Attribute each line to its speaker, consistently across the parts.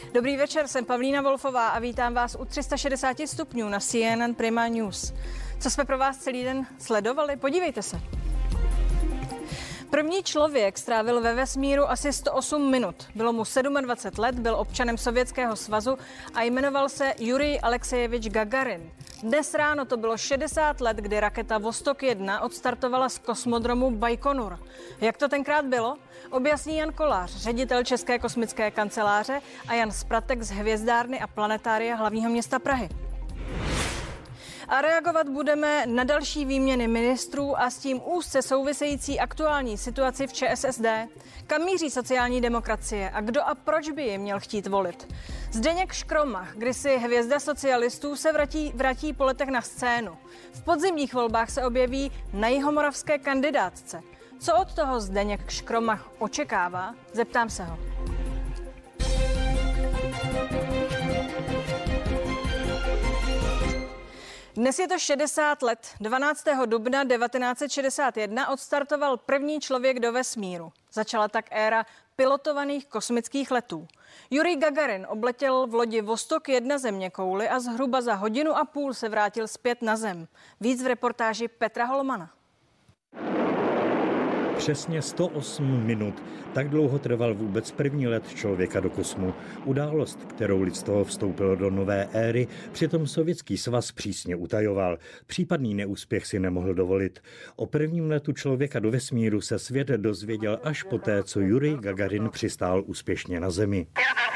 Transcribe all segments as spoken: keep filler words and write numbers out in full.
Speaker 1: Dobrý večer, jsem Pavlína Wolfová a vítám vás u tři sta šedesát stupňů na C N N Prima News. Co jsme pro vás celý den sledovali? Podívejte se. První člověk strávil ve vesmíru asi sto osm minut. Bylo mu dvacet sedm let, byl občanem Sovětského svazu a jmenoval se Jurij Alexejevič Gagarin. Dnes ráno to bylo šedesát let, kdy raketa Vostok jedna odstartovala z kosmodromu Bajkonur. Jak to tenkrát bylo? Objasní Jan Kolář, ředitel České kosmické kanceláře, a Jan Spratek z Hvězdárny a planetária hlavního města Prahy. A reagovat budeme na další výměny ministrů a s tím úzce související aktuální situaci v Č S S D. Kam míří sociální demokracie a kdo a proč by ji měl chtít volit? Zdeněk Škromach, kdysi hvězda socialistů, se vrátí, vrátí po letech na scénu. V podzimních volbách se objeví na jihomoravské kandidátce. Co od toho Zdeněk Škromach očekává? Zeptám se ho. Dnes je to šedesát let. dvanáctého dubna devatenáct set šedesát jedna odstartoval první člověk do vesmíru. Začala tak éra pilotovaných kosmických letů. Jurij Gagarin obletěl v lodi Vostok jedna zeměkouli a zhruba za hodinu a půl se vrátil zpět na Zem. Víc v reportáži Petra Holmana.
Speaker 2: Přesně sto osm minut. Tak dlouho trval vůbec první let člověka do kosmu. Událost, kterou lidstvo vstoupilo do nové éry, přitom Sovětský svaz přísně utajoval. Případný neúspěch si nemohl dovolit. O prvním letu člověka do vesmíru se svět dozvěděl až poté, co Jurij Gagarin přistál úspěšně na Zemi.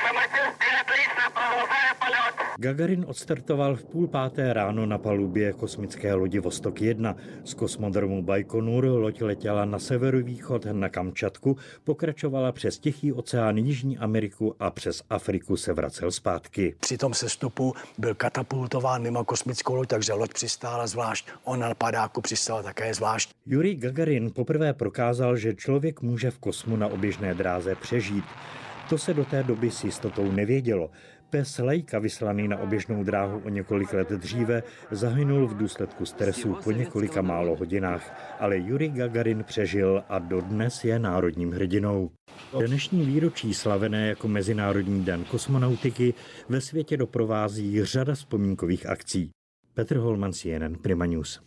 Speaker 2: Gagarin odstartoval v půl páté ráno na palubě kosmické lodi Vostok jedna. Z kosmodromu Bajkonur loď letěla na severovýchod na Kamčatku, pokračovala přes Tichý oceán, Jižní Ameriku a přes Afriku se vracel zpátky.
Speaker 3: Při tom sestupu byl katapultován mimo kosmickou loď, takže loď přistála zvlášť, on na padáku přistála také zvlášť.
Speaker 2: Jurij Gagarin poprvé prokázal, že člověk může v kosmu na oběžné dráze přežít. To se do té doby s jistotou nevědělo. Pes Lejka, vyslaný na oběžnou dráhu o několik let dříve, zahynul v důsledku stresu po několika málo hodinách. Ale Jurij Gagarin přežil a dodnes je národním hrdinou. Dnešní výročí, slavené jako Mezinárodní den kosmonautiky, ve světě doprovází řada vzpomínkových akcí. Petr Holman, C N N Prima News.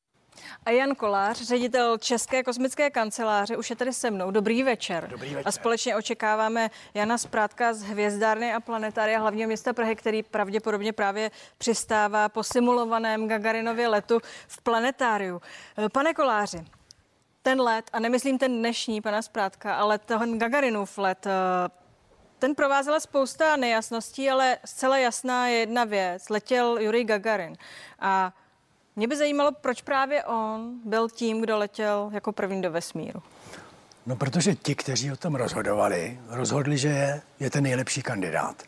Speaker 1: A Jan Kolář, ředitel České kosmické kanceláře, už je tady se mnou. Dobrý večer.
Speaker 3: Dobrý večer.
Speaker 1: A společně očekáváme Jana Sprátka z Hvězdárny a planetária hlavního města Prahy, který pravděpodobně právě přistává po simulovaném Gagarinově letu v planetáriu. Pane Koláři, ten let, a nemyslím ten dnešní pana Sprátka, ale ten Gagarinův let, ten provázela spousta nejasností, ale zcela jasná je jedna věc. Letěl Jurij Gagarin a mě by zajímalo, proč právě on byl tím, kdo letěl jako první do vesmíru.
Speaker 3: No, protože ti, kteří o tom rozhodovali, rozhodli, že je, je ten nejlepší kandidát.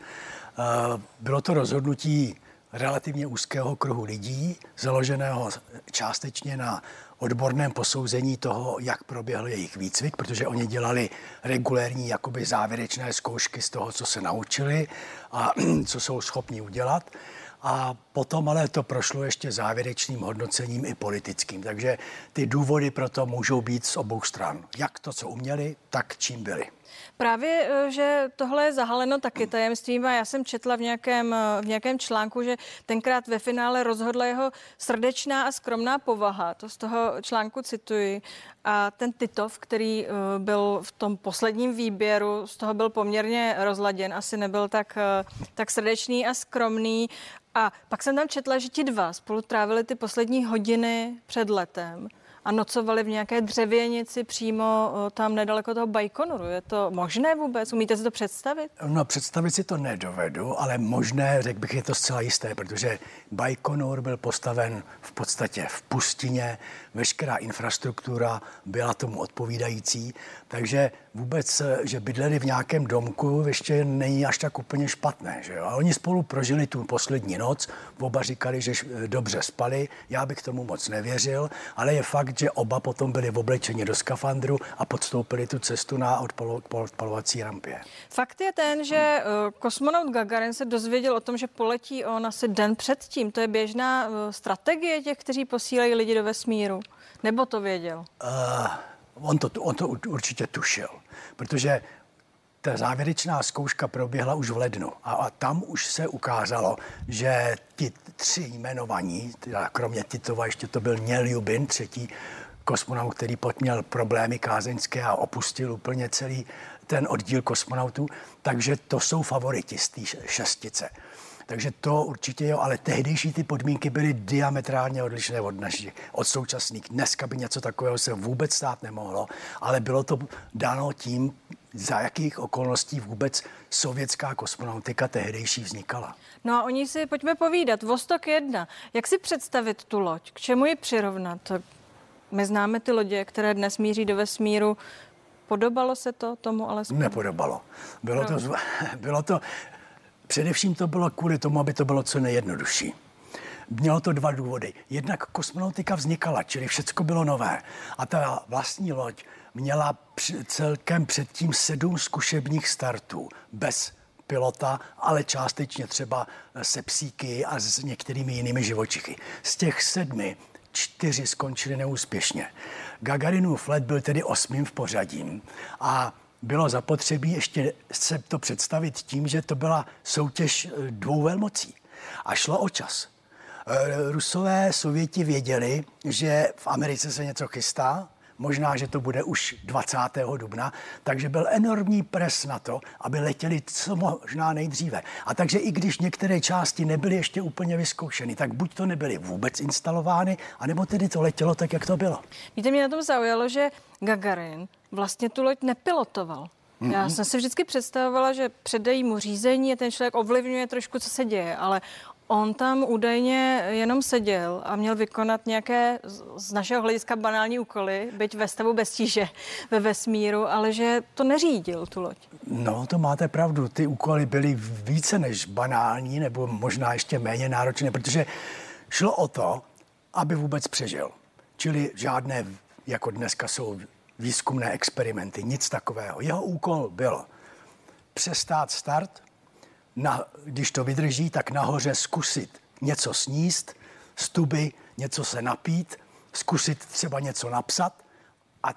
Speaker 3: Bylo to rozhodnutí relativně úzkého kruhu lidí, založeného částečně na odborném posouzení toho, jak proběhl jejich výcvik, protože oni dělali regulérní jakoby závěrečné zkoušky z toho, co se naučili a co jsou schopni udělat. A potom ale to prošlo ještě závěrečným hodnocením i politickým. Takže ty důvody pro to můžou být z obou stran. Jak to, co uměli, tak čím byli.
Speaker 1: Právě, že tohle je zahaleno taky tajemstvím a já jsem četla v nějakém, v nějakém článku, že tenkrát ve finále rozhodla jeho srdečná a skromná povaha. To z toho článku cituji. A ten Titov, který byl v tom posledním výběru, z toho byl poměrně rozladěn, asi nebyl tak, tak srdečný a skromný. A pak jsem tam četla, že ti dva spolu trávili ty poslední hodiny před letem a nocovali v nějaké dřevěnici přímo tam nedaleko toho Bajkonuru. Je to možné vůbec? Umíte si to představit?
Speaker 3: No, představit si to nedovedu, ale možné, řekl bych, je to zcela jisté, protože Bajkonur byl postaven v podstatě v pustině, veškerá infrastruktura byla tomu odpovídající, takže vůbec, že bydleli v nějakém domku, ještě není až tak úplně špatné. Že jo? A oni spolu prožili tu poslední noc, oba říkali, že dobře spali, já bych tomu moc nevěřil, ale je fakt, že oba potom byli oblečeni do skafandru a podstoupili tu cestu na odpalovací rampě.
Speaker 1: Fakt je ten, že kosmonaut Gagarin se dozvěděl o tom, že poletí on asi den předtím. To je běžná strategie těch, kteří posílají lidi do vesmíru. Nebo to věděl?
Speaker 3: Uh, on, to, on to určitě tušil, protože ta závěrečná zkouška proběhla už v lednu a, a tam už se ukázalo, že ti tři jmenovaní, teda kromě Titova ještě to byl Něljubin, třetí kosmonaut, který pod měl problémy kázeňské a opustil úplně celý ten oddíl kosmonautů, takže to jsou favoriti z té šestice. Takže to určitě jo, ale tehdejší ty podmínky byly diametrálně odlišné od našich, od současných. Dneska by něco takového se vůbec stát nemohlo, ale bylo to dáno tím, za jakých okolností vůbec sovětská kosmonautika tehdejší vznikala.
Speaker 1: No a oni si pojďme povídat. Vostok jedna. Jak si představit tu loď? K čemu ji přirovnat? My známe ty lodě, které dnes míří do vesmíru. Podobalo se to tomu alespoň?
Speaker 3: Nepodobalo. Bylo to, bylo to, především to bylo kvůli tomu, aby to bylo co nejjednodušší. Mělo to dva důvody. Jednak kosmonautika vznikala, čili všecko bylo nové. A ta vlastní loď měla celkem předtím sedm zkušebních startů bez pilota, ale částečně třeba se psíky a s některými jinými živočichy. Z těch sedmi čtyři skončily neúspěšně. Gagarinův let byl tedy osmým v pořadí a bylo zapotřebí ještě se to představit tím, že to byla soutěž dvou velmocí. A šlo o čas. Rusové, Sověti věděli, že v Americe se něco chystá, možná, že to bude už dvacátého dubna, takže byl enormní pres na to, aby letěli co možná nejdříve. A takže i když některé části nebyly ještě úplně vyzkoušeny, tak buď to nebyly vůbec instalovány, anebo tedy to letělo tak, jak to bylo.
Speaker 1: Víte, mě na tom zaujalo, že Gagarin vlastně tu loď nepilotoval. Mm-hmm. Já jsem si vždycky představovala, že předají mu řízení a ten člověk ovlivňuje trošku, co se děje, ale on tam údajně jenom seděl a měl vykonat nějaké z našeho hlediska banální úkoly, byť ve stavu bez tíže ve vesmíru, ale že to neřídil tu loď.
Speaker 3: No, to máte pravdu. Ty úkoly byly více než banální, nebo možná ještě méně náročné, protože šlo o to, aby vůbec přežil. Čili žádné, jako dneska jsou výzkumné experimenty, nic takového. Jeho úkol byl přestát start, Na, když to vydrží, tak nahoře zkusit něco sníst, z tuby něco se napít, zkusit třeba něco napsat a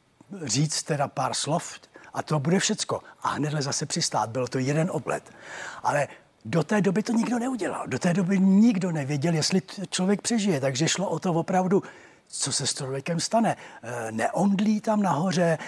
Speaker 3: říct teda pár slov a to bude všecko. A hnedle zase přistát. Bylo to jeden oblet. Ale do té doby to nikdo neudělal. Do té doby nikdo nevěděl, jestli člověk přežije. Takže šlo o to opravdu, co se s člověkem stane. Neomdlí tam nahoře,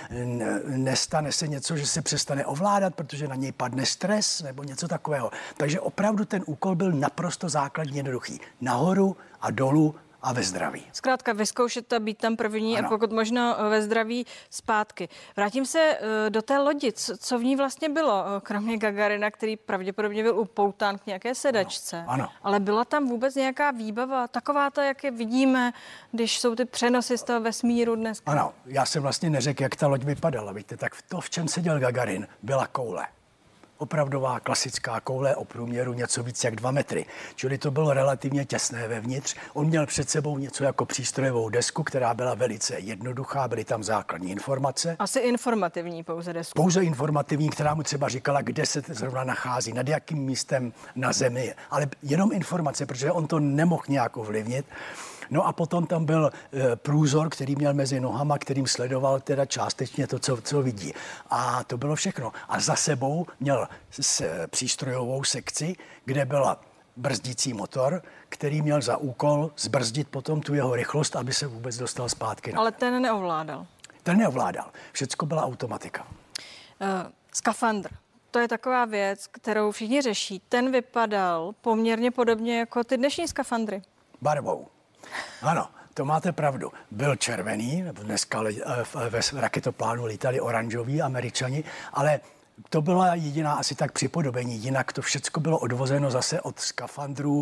Speaker 3: nestane se něco, že se přestane ovládat, protože na něj padne stres nebo něco takového. Takže opravdu ten úkol byl naprosto základně jednoduchý. Nahoru a dolů a ve zdraví.
Speaker 1: Zkrátka vyzkoušet a být tam první ano. A pokud možno ve zdraví zpátky. Vrátím se do té lodi. Co v ní vlastně bylo, kromě Gagarina, který pravděpodobně byl upoután k nějaké sedačce?
Speaker 3: Ano. Ano.
Speaker 1: Ale byla tam vůbec nějaká výbava, taková ta, jak je vidíme, když jsou ty přenosy z toho vesmíru dnes?
Speaker 3: Ano, já jsem vlastně neřekl, jak ta loď vypadala. Víte, tak to, v čem seděl Gagarin, byla koule. Opravdová klasická koule o průměru něco víc jak dva metry. Čili to bylo relativně těsné vevnitř. On měl před sebou něco jako přístrojovou desku, která byla velice jednoduchá, byly tam základní informace.
Speaker 1: Asi informativní pouze desku.
Speaker 3: Pouze informativní, která mu třeba říkala, kde se zrovna nachází, nad jakým místem na Zemi. Ale jenom informace, protože on to nemohl nějak ovlivnit. No a potom tam byl e, průzor, který měl mezi nohama, kterým sledoval teda částečně to, co, co vidí. A to bylo všechno. A za sebou měl s, e, přístrojovou sekci, kde byla brzdící motor, který měl za úkol zbrzdit potom tu jeho rychlost, aby se vůbec dostal zpátky.
Speaker 1: Ale ten neovládal.
Speaker 3: Ten neovládal. Všecko byla automatika.
Speaker 1: Uh, skafandr. To je taková věc, kterou všichni řeší. Ten vypadal poměrně podobně jako ty dnešní skafandry.
Speaker 3: Barvou. Ano, to máte pravdu. Byl červený, dneska ve raketoplánu lítali oranžoví Američani, ale to byla jediná asi tak připodobení. Jinak to všecko bylo odvozeno zase od skafandrů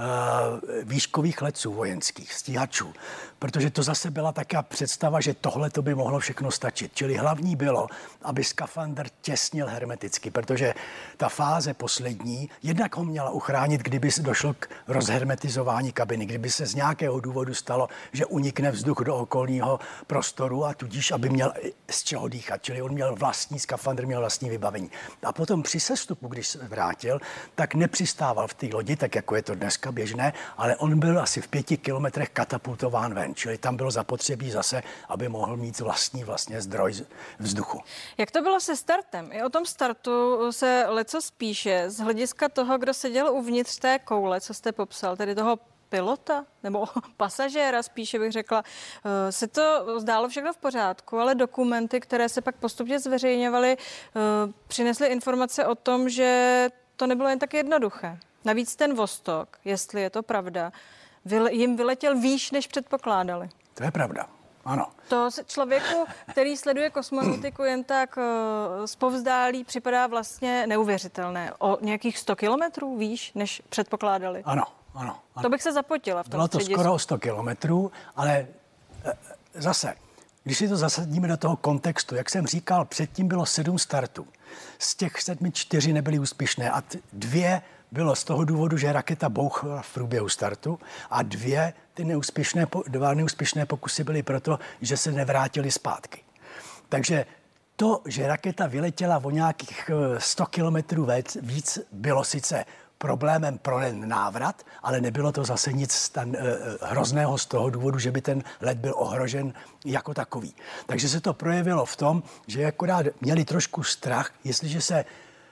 Speaker 3: e, výškových letců vojenských, stíhačů. Protože to zase byla taká představa, že tohle to by mohlo všechno stačit. Čili hlavní bylo, aby skafandr těsnil hermeticky, protože ta fáze poslední, jednak ho měla uchránit, kdyby se došlo k rozhermetizování kabiny, kdyby se z nějakého důvodu stalo, že unikne vzduch do okolního prostoru a tudíž, aby měl z čeho dýchat. Čili on měl vlastní skafandr, měl vlastní vybavení. vybavení. A potom při sestupu, když se vrátil, tak nepřistával v té lodi, tak jako je to dneska běžné, ale on byl asi v pěti kilometrech katapultován ven, čili tam bylo zapotřebí zase, aby mohl mít vlastní vlastně zdroj vzduchu.
Speaker 1: Jak to bylo se startem? I o tom startu se leco spíše z hlediska toho, kdo seděl uvnitř té koule, co jste popsal, tedy toho pilota nebo pasažéra, spíše bych řekla, se to zdálo všechno v pořádku, ale dokumenty, které se pak postupně zveřejňovaly, přinesly informace o tom, že to nebylo jen tak jednoduché. Navíc ten Vostok, jestli je to pravda, jim vyletěl výš, než předpokládali.
Speaker 3: To je pravda. Ano.
Speaker 1: To člověku, který sleduje kosmonautiku jen tak zpovzdálí, připadá vlastně neuvěřitelné. O nějakých sto kilometrů výš, než předpokládali.
Speaker 3: Ano, ano. ano.
Speaker 1: To bych se zapotila v tom
Speaker 3: Bylo to
Speaker 1: středisku.
Speaker 3: skoro o sto kilometrů, ale zase, když si to zasadíme do toho kontextu, jak jsem říkal, předtím bylo sedm startů. Z těch sedmi čtyři nebyly úspěšné a t- dvě bylo z toho důvodu, že raketa bouchla v průběhu startu a dvě ty neúspěšné, dva neúspěšné pokusy byly proto, že se nevrátili zpátky. Takže to, že raketa vyletěla o nějakých sto kilometrů víc, bylo sice problémem pro ten návrat, ale nebylo to zase nic stan, hrozného z toho důvodu, že by ten let byl ohrožen jako takový. Takže se to projevilo v tom, že akorát měli trošku strach, jestliže se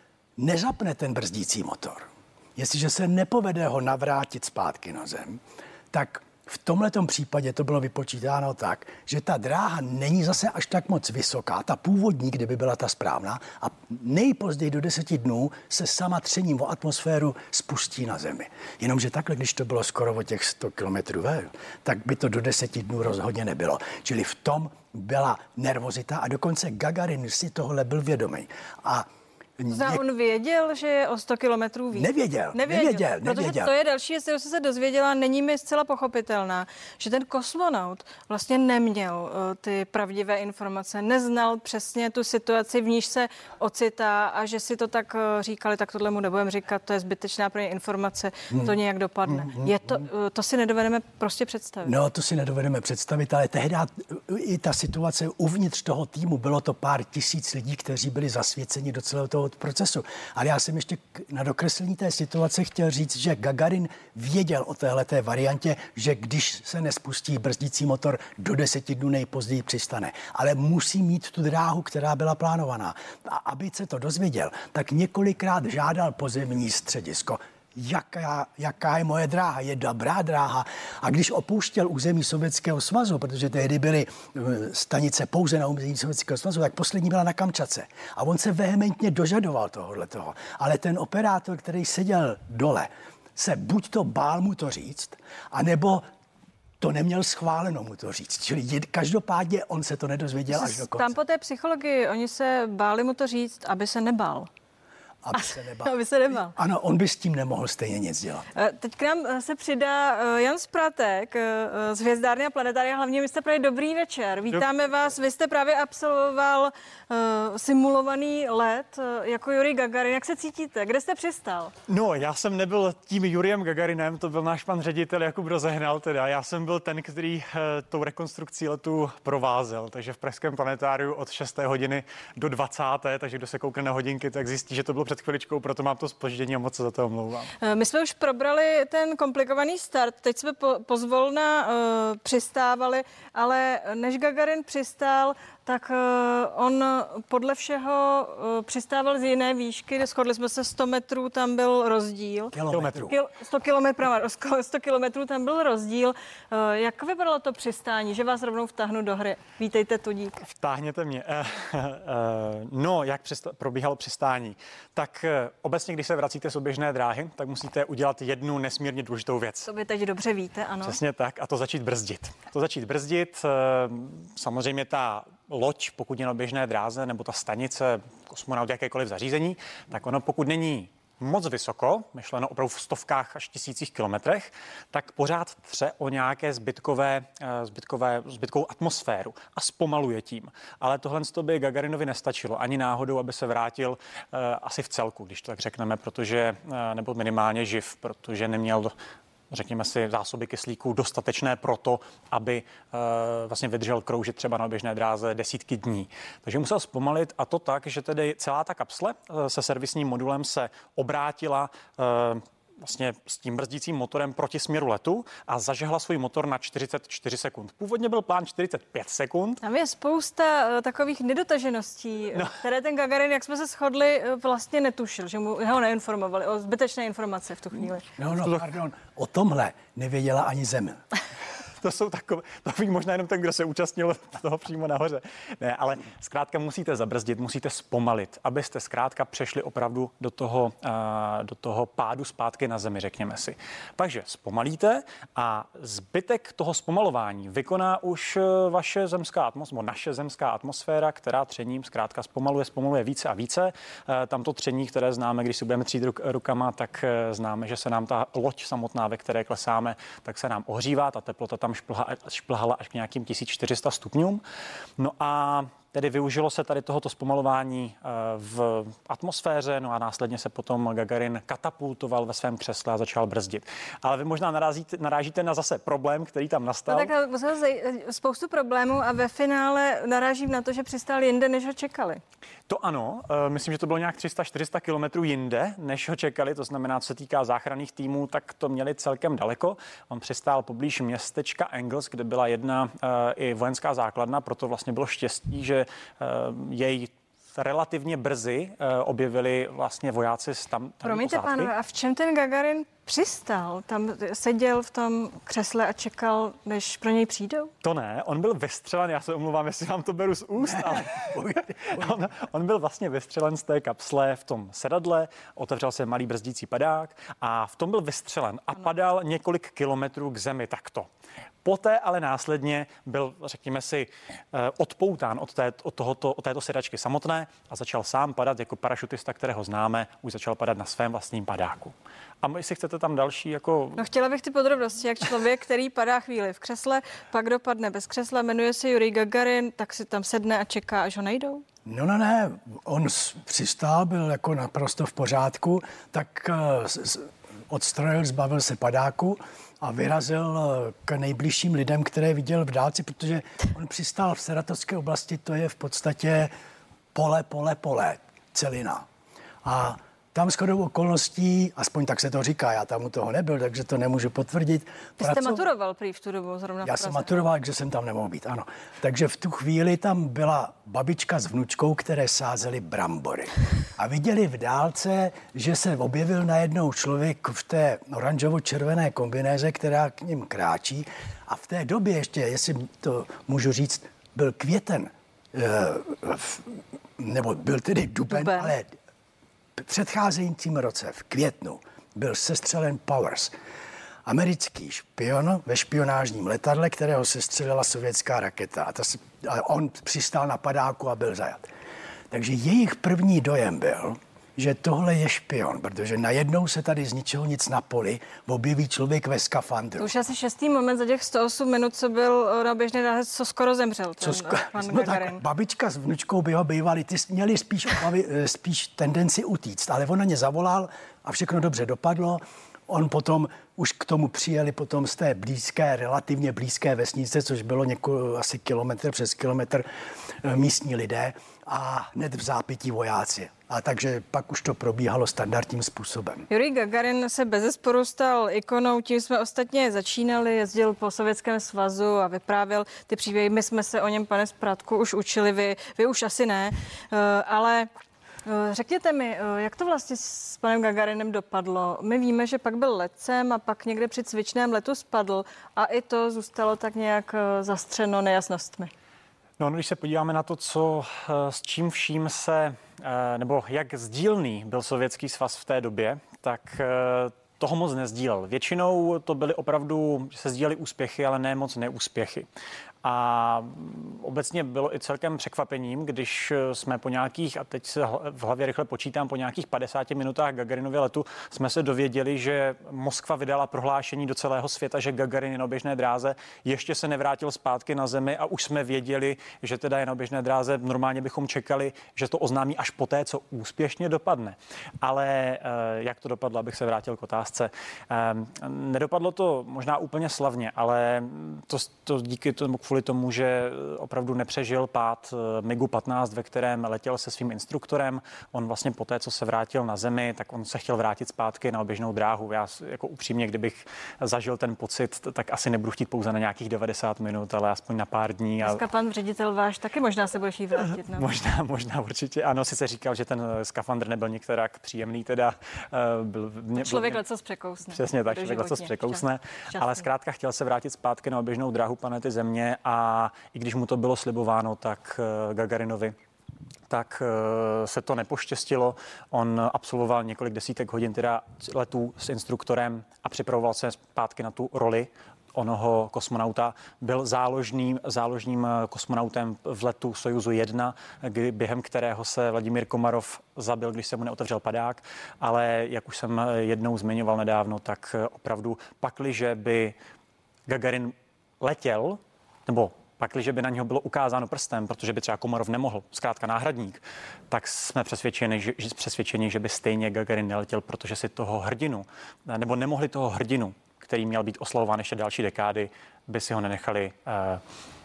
Speaker 3: nezapne ten brzdící motor, jestliže se nepovede ho navrátit zpátky na zem, tak v tomhletom případě to bylo vypočítáno tak, že ta dráha není zase až tak moc vysoká, ta původní, kdyby byla ta správná, a nejpozději do deseti dnů se sama třením o atmosféru spustí na zemi. Jenomže takhle, když to bylo skoro o těch sto kilometrů, tak by to do deseti dnů rozhodně nebylo. Čili v tom byla nervozita a dokonce Gagarin si tohle byl vědomý. A
Speaker 1: Zná, on věděl, že je o sto kilometrů víc?
Speaker 3: Nevěděl, nevěděl, nevěděl.
Speaker 1: Protože
Speaker 3: nevěděl.
Speaker 1: to je další, jestli se dozvěděla, není mi zcela pochopitelná, že ten kosmonaut vlastně neměl uh, ty pravdivé informace, neznal přesně tu situaci, v níž se ocitá a že si to tak uh, říkali, tak tohle mu nebudeme říkat, to je zbytečná pro ně informace, hmm. to nějak dopadne. Hmm. Je to, uh, to si nedovedeme prostě představit.
Speaker 3: No, to si nedovedeme představit, ale tehdy i ta situace uvnitř toho týmu, bylo to pár tisíc lidí, kteří byli zasvěceni do celého toho procesu. Ale já jsem ještě na dokreslení té situace chtěl říct, že Gagarin věděl o téhleté variantě, že když se nespustí brzdící motor, do deseti dnů nejpozději přistane. Ale musí mít tu dráhu, která byla plánovaná. A aby se to dozvěděl, tak několikrát žádal pozemní středisko. Jaká, jaká je moje dráha, je dobrá dráha. A když opouštěl území Sovětského svazu, protože tehdy byly stanice pouze na území Sovětského svazu, tak poslední byla na Kamčatce. A on se vehementně dožadoval tohohletoho. Ale ten operátor, který seděl dole, se buď to bál mu to říct, anebo to neměl schváleno mu to říct. Čili každopádně on se to nedozvěděl až do konce.
Speaker 1: Tam po té psychologii, oni se báli mu to říct, aby se nebál.
Speaker 3: Aby se nebál.
Speaker 1: Aby se nebál.
Speaker 3: Ano, on by s tím nemohl stejně nic dělat.
Speaker 1: Teď k nám se přidá Jan Spratek z Hvězdárny a planetária. Hlavně vy jste právě dobrý večer. Vítáme vás. Vy jste právě absolvoval uh, simulovaný let uh, jako Jurij Gagarin. Jak se cítíte? Kde jste přistál?
Speaker 4: No, já jsem nebyl tím Jurijem Gagarinem, to byl náš pan ředitel Jakub Rozehnal teda. Já jsem byl ten, který uh, tou rekonstrukcí letu provázel. Takže v pražském planetáriu od šesté hodiny do dvacáté takže kdo se koukne na hodinky, tak zjistí, že to bylo před chviličkou, proto mám to zpoždění a moc se za to omlouvám.
Speaker 1: My jsme už probrali ten komplikovaný start, teď jsme po, pozvolna uh, přistávali, ale než Gagarin přistál, tak uh, on podle všeho uh, přistával z jiné výšky, shodli jsme se sto metrů, tam byl rozdíl.
Speaker 3: Kilometrů.
Speaker 1: Kil, sto kilometrů, sto kilometrů tam byl rozdíl. Uh, jak vypadalo to přistání, že vás rovnou vtáhnu do hry? Vítejte, Tudík.
Speaker 4: Vtáhněte mě. Uh, uh, no, jak přista- probíhalo přistání? Tak uh, obecně, když se vracíte z oběžné dráhy, tak musíte udělat jednu nesmírně důležitou věc.
Speaker 1: To vy teď dobře víte, ano.
Speaker 4: Přesně tak, a to začít brzdit. To začít brzdit, uh, samozřejmě ta loď, pokud je na běžné dráze, nebo ta stanice, kosmonaut, jakékoliv zařízení, tak ono pokud není moc vysoko, myšleno opravdu v stovkách až tisících kilometrech, tak pořád tře o nějaké zbytkové, zbytkové, zbytkovou atmosféru a zpomaluje tím. Ale tohle by Gagarinovi nestačilo ani náhodou, aby se vrátil uh, asi v celku, když to tak řekneme, protože, uh, nebo minimálně živ, protože neměl řekněme si, zásoby kyslíku dostatečné pro to, aby vlastně vydržel kroužit třeba na oběžné dráze desítky dní. Takže musel zpomalit, a to tak, že tedy celá ta kapsle se servisním modulem se obrátila vlastně s tím brzdícím motorem proti směru letu a zažehla svůj motor na čtyřicet čtyři sekund. Původně byl plán čtyřicet pět sekund.
Speaker 1: Tam je spousta uh, takových nedotažeností, no. které ten Gagarin, jak jsme se shodli, uh, vlastně netušil, že mu ho neinformovali o zbytečné informace v tu chvíli.
Speaker 3: No, no, pardon, o tomhle nevěděla ani Zem.
Speaker 4: To jsou takové, to ví možná jenom ten, kdo se účastnil toho přímo nahoře. Ne, ale zkrátka musíte zabrzdit, musíte zpomalit, abyste zkrátka přešli opravdu do toho, uh, do toho pádu zpátky na zemi, řekněme si. Takže zpomalíte a zbytek toho zpomalování vykoná už vaše zemská atmosféra, naše zemská atmosféra, která třením zkrátka zpomaluje, zpomaluje více a více. Uh, tamto tření, které známe, když si budeme třít ruk, rukama, tak uh, známe, že se nám ta loď samotná, ve které klesáme, tak se nám ohřívá, ta teplota tam šplhala až k nějakým tisíc čtyři sta stupňům. No a tedy využilo se tady tohoto zpomalování v atmosféře, no a následně se potom Gagarin katapultoval ve svém křesle a začal brzdit. Ale vy možná narazíte, narážíte na zase problém, který tam nastal.
Speaker 1: No tak musel spoustu problémů a ve finále narážím na to, že přistál jinde, než ho čekali.
Speaker 4: To ano, myslím, že to bylo nějak tři sta čtyři sta kilometrů jinde, než ho čekali, to znamená, co se týká záchranných týmů, tak to měli celkem daleko. On přistál poblíž městečka Engels, kde byla jedna uh, i vojenská základna, proto vlastně bylo štěstí, že uh, jej relativně brzy uh, objevili vlastně vojáci z tam, tam
Speaker 1: Promiňte, pánové, a v čem ten Gagarin přistál? Tam seděl v tom křesle a čekal, než pro něj přijdou?
Speaker 4: To ne, on byl vystřelen, já se omluvám, jestli vám to beru z úst, ale on, on byl vlastně vystřelen z té kapsle v tom sedadle, otevřel se malý brzdící padák a v tom byl vystřelen a padal několik kilometrů k zemi takto. Poté ale následně byl, řekněme si, odpoután od, té, od, tohoto, od této sedačky samotné a začal sám padat jako parašutista, kterého známe, už začal padat na svém vlastním padáku. A jestli chcete tam další jako...
Speaker 1: No chtěla bych ty podrobnosti, jak člověk, který padá chvíli v křesle, pak dopadne bez křesla, jmenuje se Jurij Gagarin, tak si tam sedne a čeká, až ho najdou?
Speaker 3: No, no, ne, on přistál, byl jako naprosto v pořádku, tak uh, odstrojil, zbavil se padáku a vyrazil k nejbližším lidem, které viděl v dálce, protože on přistál v Saratovské oblasti, to je v podstatě pole, pole, pole, celina. A tam shodou okolností, aspoň tak se to říká, já tam u toho nebyl, takže to nemůžu potvrdit.
Speaker 1: Vy jste maturoval prý v tu dobu zrovna v
Speaker 3: Já
Speaker 1: Praze.
Speaker 3: jsem maturoval, takže jsem tam nemohl být, ano. Takže v tu chvíli tam byla babička s vnučkou, které sázely brambory. A viděli v dálce, že se objevil najednou člověk v té oranžovo-červené kombinéze, která k ním kráčí. A v té době ještě, jestli to můžu říct, byl květen, nebo byl tedy duben, duben. ale v předcházejícím roce, v květnu, byl sestřelen Powers, americký špion ve špionážním letadle, kterého sestřelila sovětská raketa. A, ta se, a on přistál na padáku a byl zajat. Takže jejich první dojem byl, že tohle je špion, protože najednou se tady z ničeho nic na poli objeví člověk ve skafandru.
Speaker 1: To už asi šestý moment za těch sto osm minut, co byl na běžné dráze, co skoro zemřel ten
Speaker 3: sko-
Speaker 1: pan
Speaker 3: no
Speaker 1: Gagarin.
Speaker 3: Tak, babička s vnučkou by ho bývali, ty měli spíš, obavy, spíš tendenci utíct, ale on na ně zavolal a všechno dobře dopadlo. On potom už k tomu přijeli potom z té blízké, relativně blízké vesnice, což bylo něko, asi kilometr přes kilometr místní lidé a hned v zápětí vojáci. A takže pak už to probíhalo standardním způsobem.
Speaker 1: Jurij Gagarin se bezesporu stal ikonou, tím jsme ostatně začínali, jezdil po Sovětském svazu a vyprávěl ty příběhy. My jsme se o něm, pane Spratku, už učili, vy, vy už asi ne, ale řekněte mi, jak to vlastně s panem Gagarinem dopadlo? My víme, že pak byl letcem a pak někde při cvičném letu spadl a i to zůstalo tak nějak zastřeno nejasnostmi.
Speaker 4: No, když se podíváme na to, co, s čím vším se, nebo jak sdílný byl Sovětský svaz v té době, tak toho moc nezdílel. Většinou to byly opravdu, že se sdílely úspěchy, ale ne moc neúspěchy. A obecně bylo i celkem překvapením, když jsme po nějakých, a teď se v hlavě rychle počítám, po nějakých padesáti minutách Gagarinově letu jsme se dověděli, že Moskva vydala prohlášení do celého světa, že Gagarin je na oběžné dráze, ještě se nevrátil zpátky na Zemi a už jsme věděli, že teda je na oběžné dráze. Normálně bychom čekali, že to oznámí až poté, co úspěšně dopadne. Ale jak to dopadlo, abych se vrátil k otázce. Nedopadlo to možná úplně slavně, ale to, to díky tomu, kvůli tomu, že opravdu nepřežil pád migu patnáct, ve kterém letěl se svým instruktorem. On vlastně poté, co se vrátil na Zemi, tak on se chtěl vrátit zpátky na oběžnou dráhu. Já jako upřímně, kdybych zažil ten pocit, tak asi nebudu chtít pouze na nějakých devadesát minut, ale aspoň na pár dní.
Speaker 1: Dneska pan ředitel váš taky možná se bude chtít vrátit. No?
Speaker 4: Možná, možná určitě. Ano, sice říkal, že ten skafandr nebyl některak příjemný, teda byl, byl
Speaker 1: člověk lecos překousne.
Speaker 4: Přesně tak, člověk lecos překousne, ale zkrátka chtěl se vrátit zpátky na oběžnou dráhu planety Země a i když mu to bylo slibováno, tak Gagarinovi tak se to nepoštěstilo. On absolvoval několik desítek hodin teda letů s instruktorem a připravoval se zpátky na tu roli onoho kosmonauta. Byl záložným, záložním kosmonautem v letu Sojuzu jedna, kdy, během kterého se Vladimír Komarov zabil, když se mu neotevřel padák, ale jak už jsem jednou zmiňoval nedávno, tak opravdu pakliže by Gagarin letěl, nebo pakliže by na něho bylo ukázáno prstem, protože by třeba Komarov nemohl, zkrátka náhradník, tak jsme přesvědčeni, že, přesvědčeni, že by stejně Gagarin neletěl, protože si toho hrdinu, nebo nemohli toho hrdinu, který měl být oslavován ještě další dekády, by si ho nenechali uh,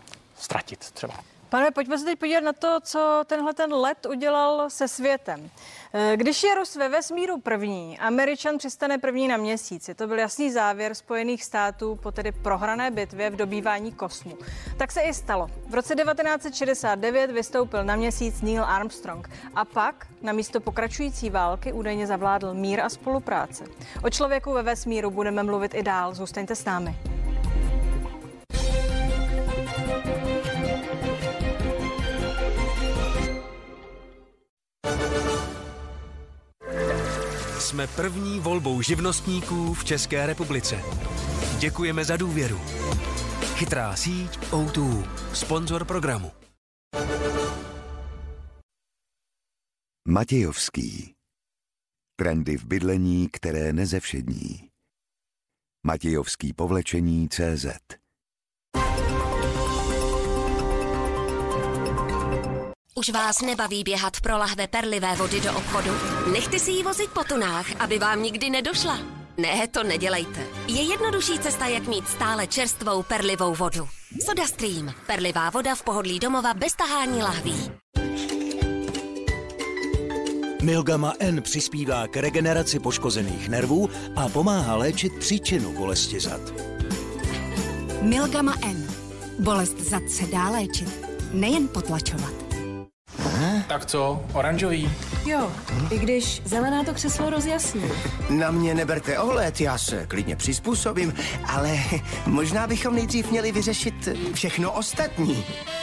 Speaker 4: ztratit třeba.
Speaker 1: Pane, pojďme se teď podívat na to, co tenhle ten let udělal se světem. Když je Rus ve vesmíru první, Američan přistane první na měsíci. To byl jasný závěr Spojených států po tedy prohrané bitvě v dobývání kosmu. Tak se i stalo. V roce devatenáct set šedesát devět vystoupil na měsíc Neil Armstrong a pak na místo pokračující války údajně zavládl mír a spolupráce. O člověku ve vesmíru budeme mluvit i dál. Zůstaňte s námi.
Speaker 5: Jsme první volbou živnostníků v České republice. Děkujeme za důvěru. Chytrá síť ó dva, sponzor programu.
Speaker 6: Matějovský. Trendy v bydlení, které nezevšední. Matějovský povlečení tečka cé zet.
Speaker 7: Už vás nebaví běhat pro lahve perlivé vody do obchodu? Nechte si ji vozit po tunách, aby vám nikdy nedošla. Ne, to nedělejte. Je jednodušší cesta, jak mít stále čerstvou perlivou vodu. SodaStream. Perlivá voda v pohodlí domova bez tahání lahví.
Speaker 8: Milgama N přispívá k regeneraci poškozených nervů a pomáhá léčit příčinu bolesti zad.
Speaker 9: Milgama N. Bolest zad se dá léčit, nejen potlačovat.
Speaker 10: Tak co, oranžový?
Speaker 9: Jo, i když zelená to křeslo rozjasní.
Speaker 11: Na mě neberte ohled, já se klidně přizpůsobím, ale možná bychom nejdřív měli vyřešit všechno ostatní.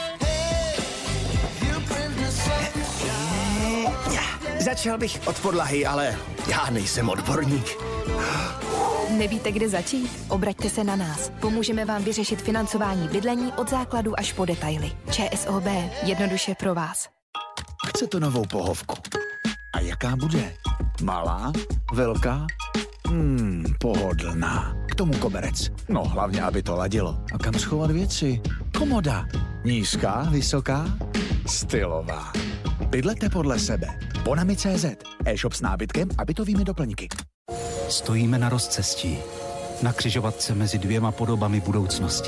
Speaker 11: Začal bych od podlahy, ale já nejsem odborník.
Speaker 9: Nevíte, kde začít? Obraťte se na nás. Pomůžeme vám vyřešit financování bydlení od základu až po detaily. ČSOB. Jednoduše pro vás.
Speaker 12: Chce to novou pohovku. A jaká bude? Malá? Velká? Hmm, pohodlná. K tomu koberec. No, hlavně, aby to ladilo. A kam schovat věci? Komoda. Nízká, vysoká? Stylová. Bydlete podle sebe. Bonami tečka cé zet. E-shop s nábytkem a bytovými doplňky.
Speaker 13: Stojíme na rozcestí. Na křižovatce mezi dvěma podobami budoucnosti.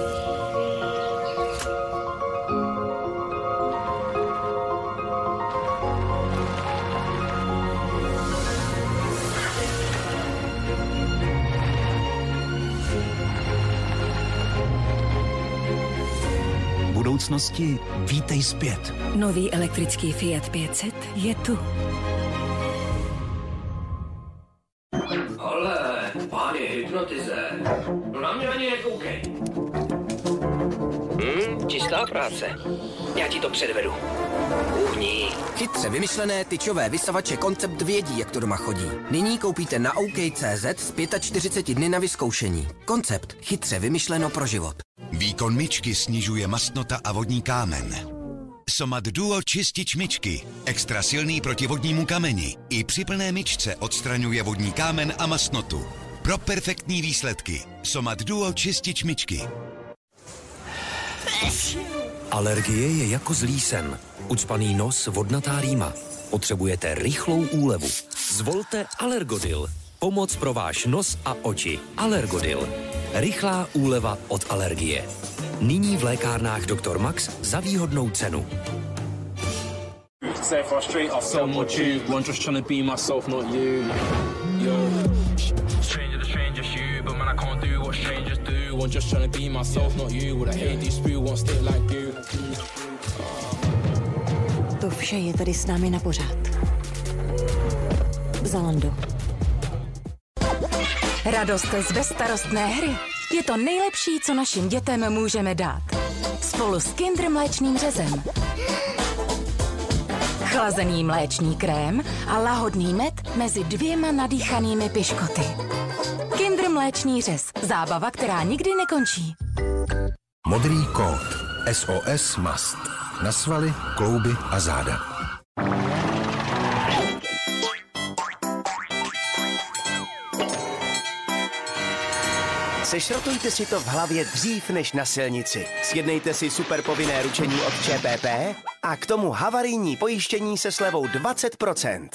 Speaker 13: Budoucnosti vítej zpět.
Speaker 9: Nový elektrický Fiat pět set je tu.
Speaker 14: Ale, pán je hypnotizér. Na mě ani nekoukej. Hm, čistá práce. Já ti to předvedu. Uhní.
Speaker 15: Chytře vymyšlené tyčové vysavače Koncept vědí, jak to doma chodí. Nyní koupíte na OK tečka cé zet s čtyřiceti pěti dny na vyzkoušení. Koncept. Chytře vymyšleno pro život.
Speaker 6: Výkon myčky snižuje mastnota a vodní kámen. Somat Duo čistič myčky. Extra silný proti vodnímu kameni. I při plné myčce odstraňuje vodní kámen a mastnotu. Pro perfektní výsledky. Somat Duo čistič myčky.
Speaker 5: Alergie je jako zlý sen. Ucpaný nos, vodnatá rýma. Potřebujete rychlou úlevu. Zvolte Alergodil. Pomoc pro váš nos a oči. Alergodil. Rychlá úleva od alergie. Nyní v lékárnách doktor Max za výhodnou cenu.
Speaker 10: Say frustrate off so much you. One just trying to be myself, not you. Yo. Stranger to stranger you, but man I can't do what strangers do. One just trying to be myself, not you. Would I hate these spew, won't stick like you.
Speaker 16: To vše je tady s námi na pořád. Zalando.
Speaker 9: Radost z bezstarostné hry je to nejlepší, co našim dětem můžeme dát. Spolu s Kinder mléčným řezem. Chlazený mléčný krém a lahodný med mezi dvěma nadýchanými piškoty. Kinder mléčný řez. Zábava, která nikdy nekončí.
Speaker 17: Modrý kód. S O S must. Na svaly, klouby a záda.
Speaker 11: Sešrotujte si to v hlavě dřív než na silnici. Sjednejte si super povinné ručení od ČPP a k tomu havarijní pojištění se slevou dvacet procent.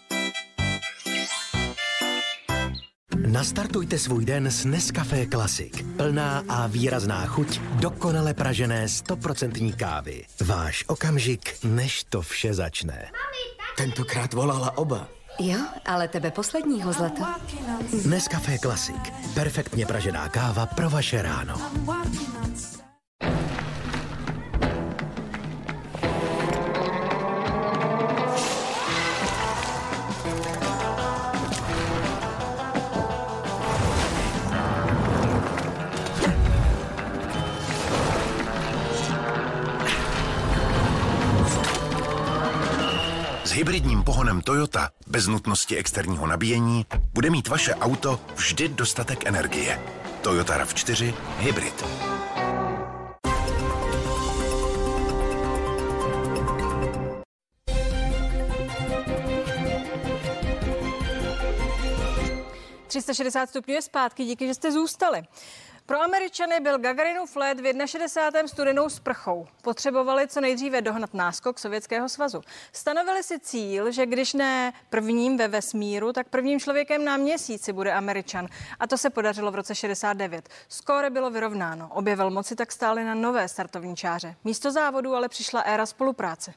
Speaker 18: Nastartujte svůj den s Nescafé Classic. Plná a výrazná chuť dokonale pražené sto procent kávy. Váš okamžik, než to vše začne.
Speaker 15: Tentokrát volala oba.
Speaker 16: Jo, ale tebe posledního, zlato.
Speaker 18: Nescafé Classic. Perfektně pražená káva pro vaše ráno.
Speaker 17: S hybridním pohonem Toyota bez nutnosti externího nabíjení bude mít vaše auto vždy dostatek energie. Toyota RAV čtyři Hybrid.
Speaker 1: tři sta šedesát stupňů je zpátky, díky, že jste zůstali. Pro Američany byl Gagarinův let v šedesátém prvním studenou sprchou. Potřebovali co nejdříve dohnat náskok Sovětského svazu. Stanovili si cíl, že když ne prvním ve vesmíru, tak prvním člověkem na měsíci bude Američan. A to se podařilo v roce šedesát devět. Skóre bylo vyrovnáno. Obě velmoci tak stály na nové startovní čáře. Místo závodu ale přišla éra spolupráce.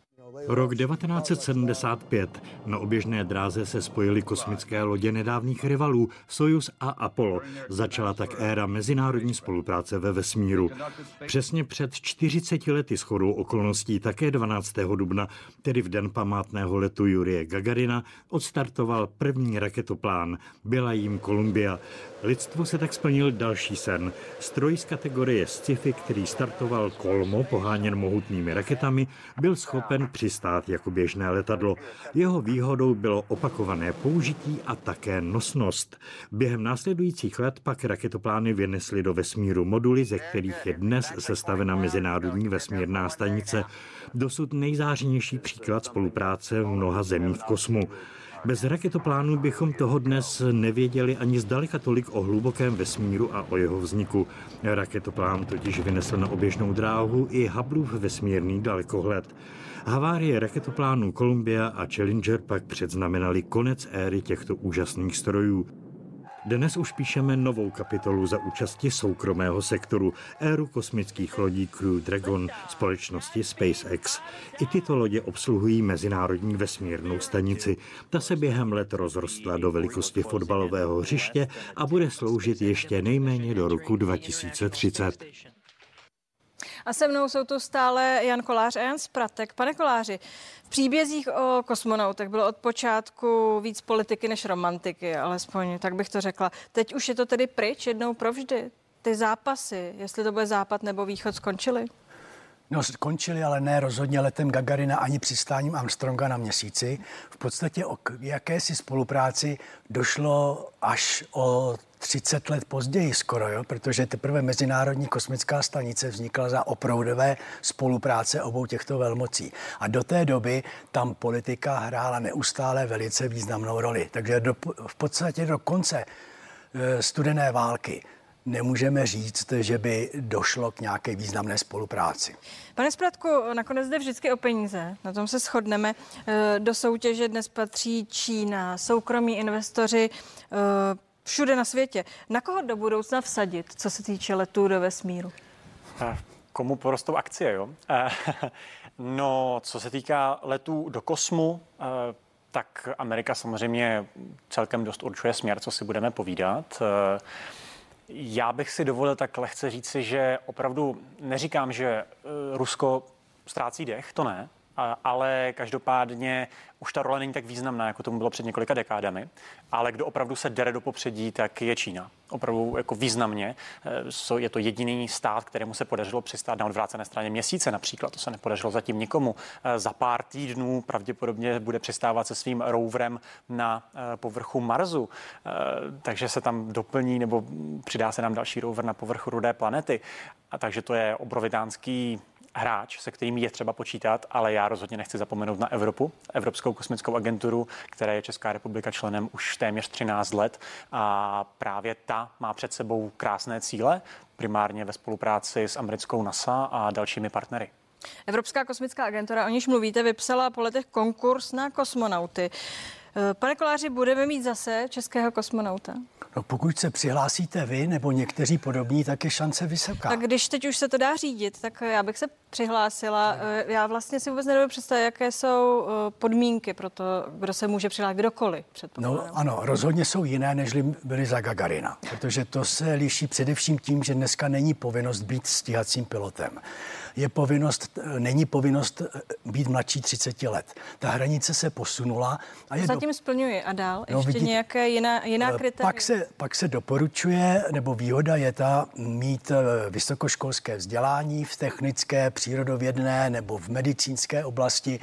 Speaker 2: Rok devatenáct set sedmdesát pět. Na oběžné dráze se spojily kosmické lodě nedávných rivalů Sojuz a Apollo. Začala tak éra mezinárodní spolupráce ve vesmíru. Přesně před čtyřiceti lety shodou okolností také dvanáctého dubna, tedy v den památného letu Jurije Gagarina, odstartoval první raketoplán. Byla jím Columbia. Lidstvo se tak splnil další sen. Stroj z kategorie sci-fi, který startoval kolmo, poháněn mohutnými raketami, byl schopen přistát jako běžné letadlo. Jeho výhodou bylo opakované použití a také nosnost. Během následujících let pak raketoplány vynesly do vesmíru moduly, ze kterých je dnes sestavena Mezinárodní vesmírná stanice. Dosud nejzářnější příklad spolupráce v mnoha zemí v kosmu. Bez raketoplánu bychom toho dnes nevěděli ani zdaleka tolik o hlubokém vesmíru a o jeho vzniku. Raketoplán totiž vynesl na oběžnou dráhu i Hubbleův vesmírný dalekohled. Havárie raketoplánů Columbia a Challenger pak předznamenaly konec éry těchto úžasných strojů. Dnes už píšeme novou kapitolu za účasti soukromého sektoru, éru kosmických lodí Crew Dragon společnosti SpaceX. I tyto lodě obsluhují Mezinárodní vesmírnou stanici. Ta se během let rozrostla do velikosti fotbalového hřiště a bude sloužit ještě nejméně do roku dva tisíce třicet.
Speaker 1: A se mnou jsou tu stále Jan Kolář a Jan Spratek. Pane Koláři, v příbězích o kosmonautech bylo od počátku víc politiky než romantiky, alespoň tak bych to řekla. Teď už je to tedy pryč jednou provždy. Ty zápasy, jestli to bude západ nebo východ, skončily?
Speaker 3: No, skončili, ale ne rozhodně letem Gagarina ani přistáním Armstronga na Měsíci. V podstatě o jakési spolupráci došlo až o třicet let později skoro, jo? Protože teprve Mezinárodní kosmická stanice vznikla za opravdové spolupráce obou těchto velmocí. A do té doby tam politika hrála neustále velice významnou roli. Takže do, v podstatě do konce e, studené války nemůžeme říct, že by došlo k nějaké významné spolupráci.
Speaker 1: Pane Spratku, nakonec jde vždycky o peníze, na tom se shodneme. Do soutěže dnes patří Čína, soukromí investoři všude na světě. Na koho do budoucna vsadit, co se týče letů do vesmíru?
Speaker 4: Komu porostou akcie, jo? No, co se týká letů do kosmu, tak Amerika samozřejmě celkem dost určuje směr, co si budeme povídat. Já bych si dovolil tak lehce říci, že opravdu neříkám, že Rusko ztrácí dech, to ne, ale každopádně už ta role není tak významná, jako tomu bylo před několika dekádami, ale kdo opravdu se dere do popředí, tak je Čína. Opravdu jako významně. Je to jediný stát, kterému se podařilo přistát na odvrácené straně Měsíce například. To se nepodařilo zatím nikomu. Za pár týdnů pravděpodobně bude přistávat se svým roverem na povrchu Marsu. Takže se tam doplní nebo přidá se nám další rover na povrchu rudé planety. A takže to je obrovitánský hráč, se kterým je třeba počítat, ale já rozhodně nechci zapomenout na Evropu, Evropskou kosmickou agenturu, které je Česká republika členem už téměř třináct let a právě ta má před sebou krásné cíle, primárně ve spolupráci s americkou NASA a dalšími partnery.
Speaker 1: Evropská kosmická agentura, o níž mluvíte, vypsala po letech konkurs na kosmonauty. Pane Koláři, budeme mít zase českého kosmonauta?
Speaker 3: No, pokud se přihlásíte vy nebo někteří podobní, tak je šance vysoká.
Speaker 1: Tak když teď už se to dá řídit, tak já bych se přihlásila. Já vlastně si vůbec nedovedu představit, jaké jsou podmínky pro to, kdo se může přihlásit, kdokoliv.
Speaker 3: No ano, rozhodně jsou jiné, než byly za Gagarina, protože to se liší především tím, že dneska není povinnost být stíhacím pilotem. Je povinnost, není povinnost být mladší třicet let. Ta hranice se posunula. A je
Speaker 1: zatím
Speaker 3: do...
Speaker 1: splňuje a dál?
Speaker 3: No,
Speaker 1: ještě
Speaker 3: vidíte,
Speaker 1: nějaké jiná, jiná kritéria?
Speaker 3: Pak se, pak se doporučuje, nebo výhoda je ta mít vysokoškolské vzdělání v technické, přírodovědné nebo v medicínské oblasti.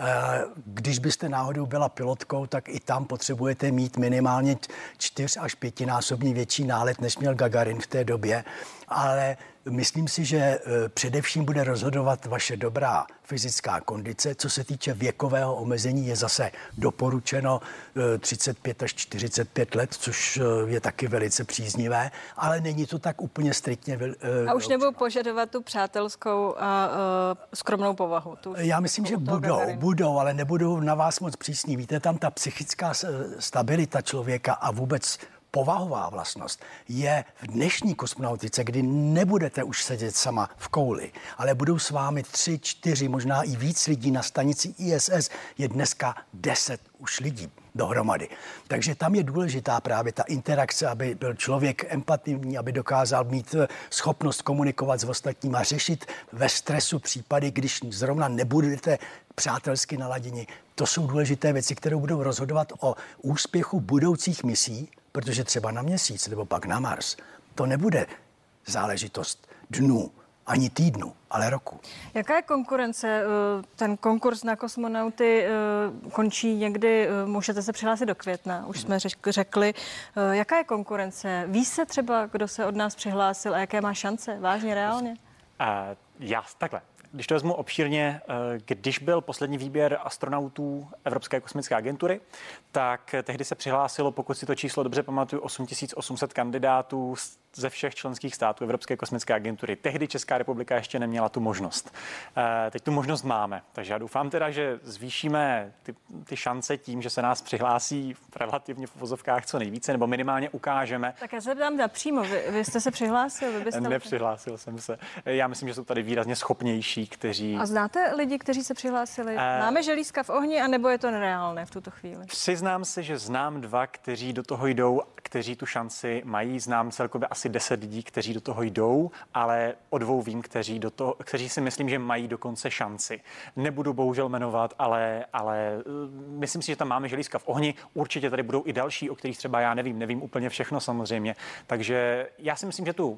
Speaker 3: Když byste náhodou byla pilotkou, tak i tam potřebujete mít minimálně čtyř až pětinásobný větší nálet, než měl Gagarin v té době. Ale myslím si, že především bude rozhodovat vaše dobrá fyzická kondice. Co se týče věkového omezení, je zase doporučeno třicet pět až čtyřicet pět let, což je taky velice příznivé, ale není to tak úplně striktně.
Speaker 1: A už nebudou požadovat tu přátelskou a uh, skromnou povahu. Tu
Speaker 3: Já myslím, že budou, budou, ale nebudou na vás moc přísní. Víte, tam ta psychická stabilita člověka a vůbec povahová vlastnost je v dnešní kosmonautice, kdy nebudete už sedět sama v kouli, ale budou s vámi tři, čtyři, možná i víc lidí na stanici I S S. Je dneska deset už lidí dohromady. Takže tam je důležitá právě ta interakce, aby byl člověk empativní, aby dokázal mít schopnost komunikovat s ostatními a řešit ve stresu případy, když zrovna nebudete přátelsky naladěni. To jsou důležité věci, které budou rozhodovat o úspěchu budoucích misí, protože třeba na Měsíc nebo pak na Mars to nebude záležitost dnů, ani týdnu, ale roku.
Speaker 1: Jaká je konkurence? Ten konkurs na kosmonauty končí někdy, můžete se přihlásit do května, už jsme řekli. Jaká je konkurence? Ví se třeba, kdo se od nás přihlásil a jaké má šance? Vážně, reálně?
Speaker 4: Uh, já takhle. Když to vezmu obšírně, když byl poslední výběr astronautů Evropské kosmické agentury, tak tehdy se přihlásilo, pokud si to číslo dobře pamatuju, osm tisíc osm set kandidátů ze všech členských států Evropské kosmické agentury. Tehdy Česká republika ještě neměla tu možnost. Teď tu možnost máme, takže já doufám teda, že zvýšíme ty, ty šance tím, že se nás přihlásí v relativně v uvozovkách co nejvíce, nebo minimálně ukážeme.
Speaker 1: Tak já se ptám napřímo, vy, vy jste se přihlásil? Vy byste
Speaker 4: Nepřihlásil jsem se. Já myslím, že jsou tady výrazně schopnější, kteří...
Speaker 1: A znáte lidi, kteří se přihlásili? Uh, Máme želízka v ohni, anebo je to nereálné v tuto chvíli?
Speaker 4: Přiznám se, že znám dva, kteří do toho jdou, kteří tu šanci mají. Znám celkově asi deset lidí, kteří do toho jdou, ale o dvou vím, kteří, do toho, kteří si myslím, že mají dokonce šanci. Nebudu bohužel jmenovat, ale, ale myslím si, že tam máme želízka v ohni. Určitě tady budou i další, o kterých třeba já nevím, nevím úplně všechno samozřejmě. Takže já si myslím, že tu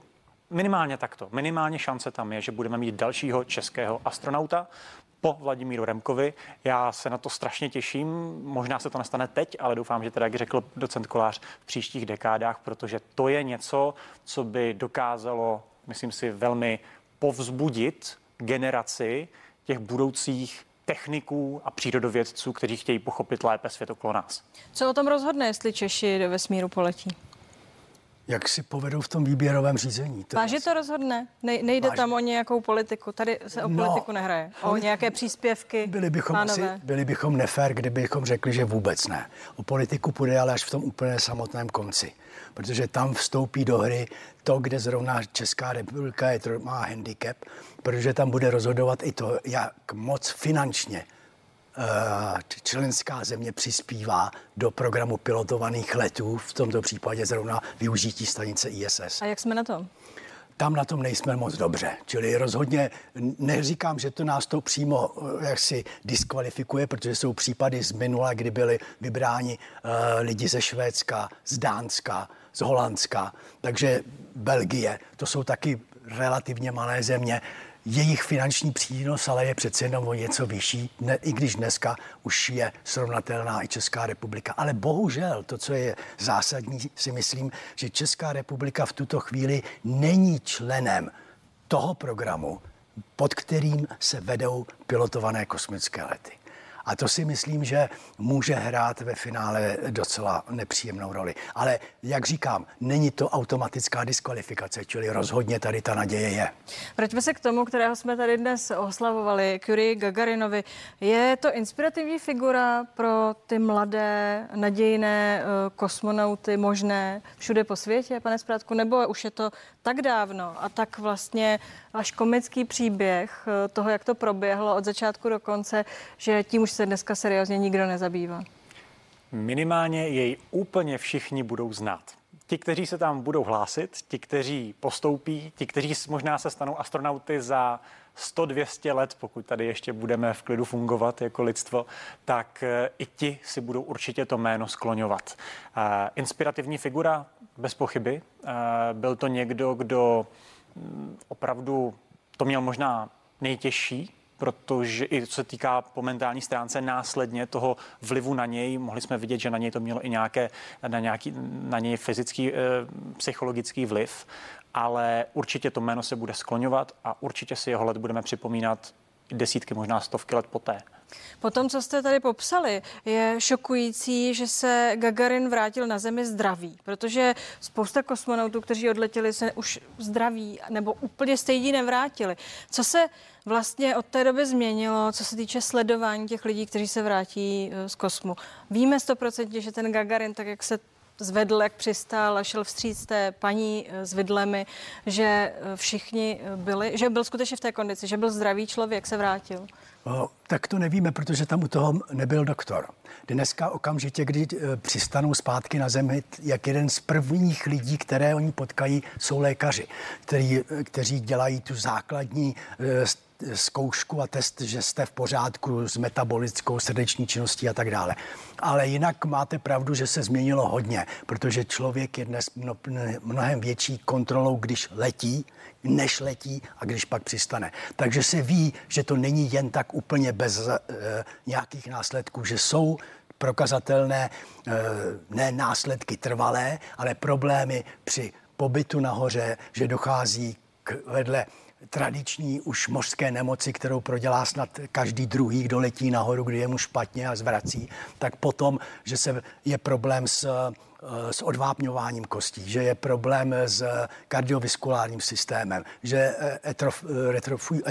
Speaker 4: minimálně takto. Minimálně šance tam je, že budeme mít dalšího českého astronauta po Vladimíru Remkovi. Já se na to strašně těším. Možná se to nestane teď, ale doufám, že teda, jak řekl docent Kolář, v příštích dekádách, protože to je něco, co by dokázalo, myslím si, velmi povzbudit generaci těch budoucích techniků a přírodovědců, kteří chtějí pochopit lépe svět okolo nás.
Speaker 1: Co o tom rozhodne, jestli Češi do vesmíru poletí?
Speaker 3: Jak si povedou v tom výběrovém řízení. To
Speaker 1: Vážně to rozhodne? Ne, nejde Vážně. tam o nějakou politiku. Tady se o
Speaker 3: no,
Speaker 1: politiku nehraje. O nějaké příspěvky.
Speaker 3: Byli bychom, asi, byli bychom nefér, kdybychom řekli, že vůbec ne. O politiku půjde ale až v tom úplně samotném konci. Protože tam vstoupí do hry to, kde zrovna Česká republika je, má handicap, protože tam bude rozhodovat i to, jak moc finančně členská země přispívá do programu pilotovaných letů, v tomto případě zrovna využití stanice I S S.
Speaker 1: A jak jsme na tom?
Speaker 3: Tam na tom nejsme moc dobře. Čili rozhodně neříkám, že to nás to přímo jaksi diskvalifikuje, protože jsou případy z minula, kdy byli vybráni uh, lidi ze Švédska, z Dánska, z Holandska, takže Belgie, to jsou taky relativně malé země. Jejich finanční přínos ale je přece jenom o něco vyšší, ne, i když dneska už je srovnatelná i Česká republika. Ale bohužel to, co je zásadní, si myslím, že Česká republika v tuto chvíli není členem toho programu, pod kterým se vedou pilotované kosmické lety. A to si myslím, že může hrát ve finále docela nepříjemnou roli. Ale jak říkám, není to automatická diskvalifikace, čili rozhodně tady ta naděje je.
Speaker 1: Vraťme se k tomu, kterého jsme tady dnes oslavovali, k Juriji Gagarinovi. Je to inspirativní figura pro ty mladé, nadějné kosmonauty možné všude po světě, pane Sprátku? Nebo už je to tak dávno a tak vlastně až komický příběh toho, jak to proběhlo od začátku do konce, že tím už se dneska seriózně nikdo nezabývá?
Speaker 4: Minimálně jej úplně všichni budou znát. Ti, kteří se tam budou hlásit, ti, kteří postoupí, ti, kteří možná se stanou astronauty za sto dvě stě let, pokud tady ještě budeme v klidu fungovat jako lidstvo, tak i ti si budou určitě to jméno skloňovat. Inspirativní figura, bez pochyby. Byl to někdo, kdo opravdu to měl možná nejtěžší, protože i co se týká po mentální stránce následně toho vlivu na něj, mohli jsme vidět, že na něj to mělo i nějaké, na, nějaký, na něj fyzický, e, psychologický vliv, ale určitě to jméno se bude skloňovat a určitě si jeho let budeme připomínat desítky, možná stovky let poté.
Speaker 1: Po tom, co jste tady popsali, je šokující, že se Gagarin vrátil na Zemi zdravý, protože spousta kosmonautů, kteří odletěli, se už zdraví nebo úplně stejně nevrátili. Co se vlastně od té doby změnilo, co se týče sledování těch lidí, kteří se vrátí z kosmu? Víme stoprocentně, že ten Gagarin, tak jak se zvedl, jak přistál a šel vstříc té paní s vidlemi, že všichni byli, že byl skutečně v té kondici, že byl zdravý člověk, se vrátil.
Speaker 3: O, tak to nevíme, protože tam u toho nebyl doktor. Dneska okamžitě, kdy přistanou zpátky na Zemi, jak jeden z prvních lidí, které oni potkají, jsou lékaři, který, kteří dělají tu základní zkoušku a test, že jste v pořádku s metabolickou srdeční činností a tak dále. Ale jinak máte pravdu, že se změnilo hodně, protože člověk je dnes mnohem větší kontrolou, když letí, než letí a když pak přistane. Takže se ví, že to není jen tak úplně bez e, nějakých následků, že jsou prokazatelné e, ne následky trvalé, ale problémy při pobytu nahoře, že dochází k vedle tradiční už mořské nemoci, kterou prodělá snad každý druhý, kdo letí nahoru, kdy je mu špatně a zvrací, tak potom, že se je problém s, s odvápňováním kostí, že je problém s kardiovaskulárním systémem, že etrof, retrofuj,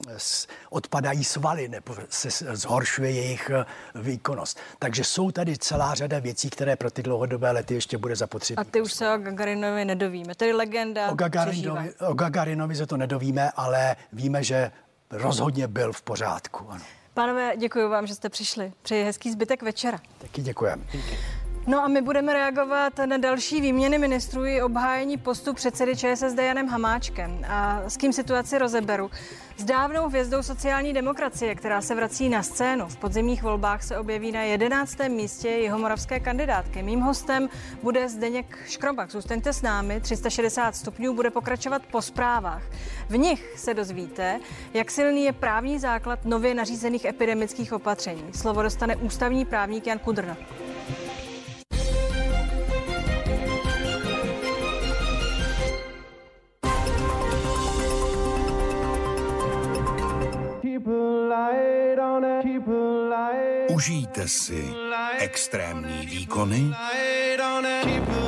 Speaker 3: odpadají svaly nebo se zhoršuje jejich výkonnost. Takže jsou tady celá řada věcí, které pro ty dlouhodobé lety ještě bude zapotřebí.
Speaker 1: A ty už se o Gagarinovi nedovíme. Tedy legenda
Speaker 3: o Gagarinovi, o Gagarinovi se to nedovíme, ale víme, že rozhodně byl v pořádku. Ano.
Speaker 1: Pánové, děkuji vám, že jste přišli. Přeji hezký zbytek večera.
Speaker 3: Taky děkujeme.
Speaker 1: No a my budeme reagovat na další výměny ministrů i obhájení postu předsedy ČSSD Janem Hamáčkem. A s kým situaci rozeberu? S dávnou hvězdou sociální demokracie, která se vrací na scénu. V podzimních volbách se objeví na jedenáctém místě jihomoravské kandidátky. Mým hostem bude Zdeněk Škrobak. Zůstaňte s námi, tři sta šedesát stupňů bude pokračovat po zprávách. V nich se dozvíte, jak silný je právní základ nově nařízených epidemických opatření. Slovo dostane ústavní právník Jan Kudrna.
Speaker 17: Užijte si extrémní výkony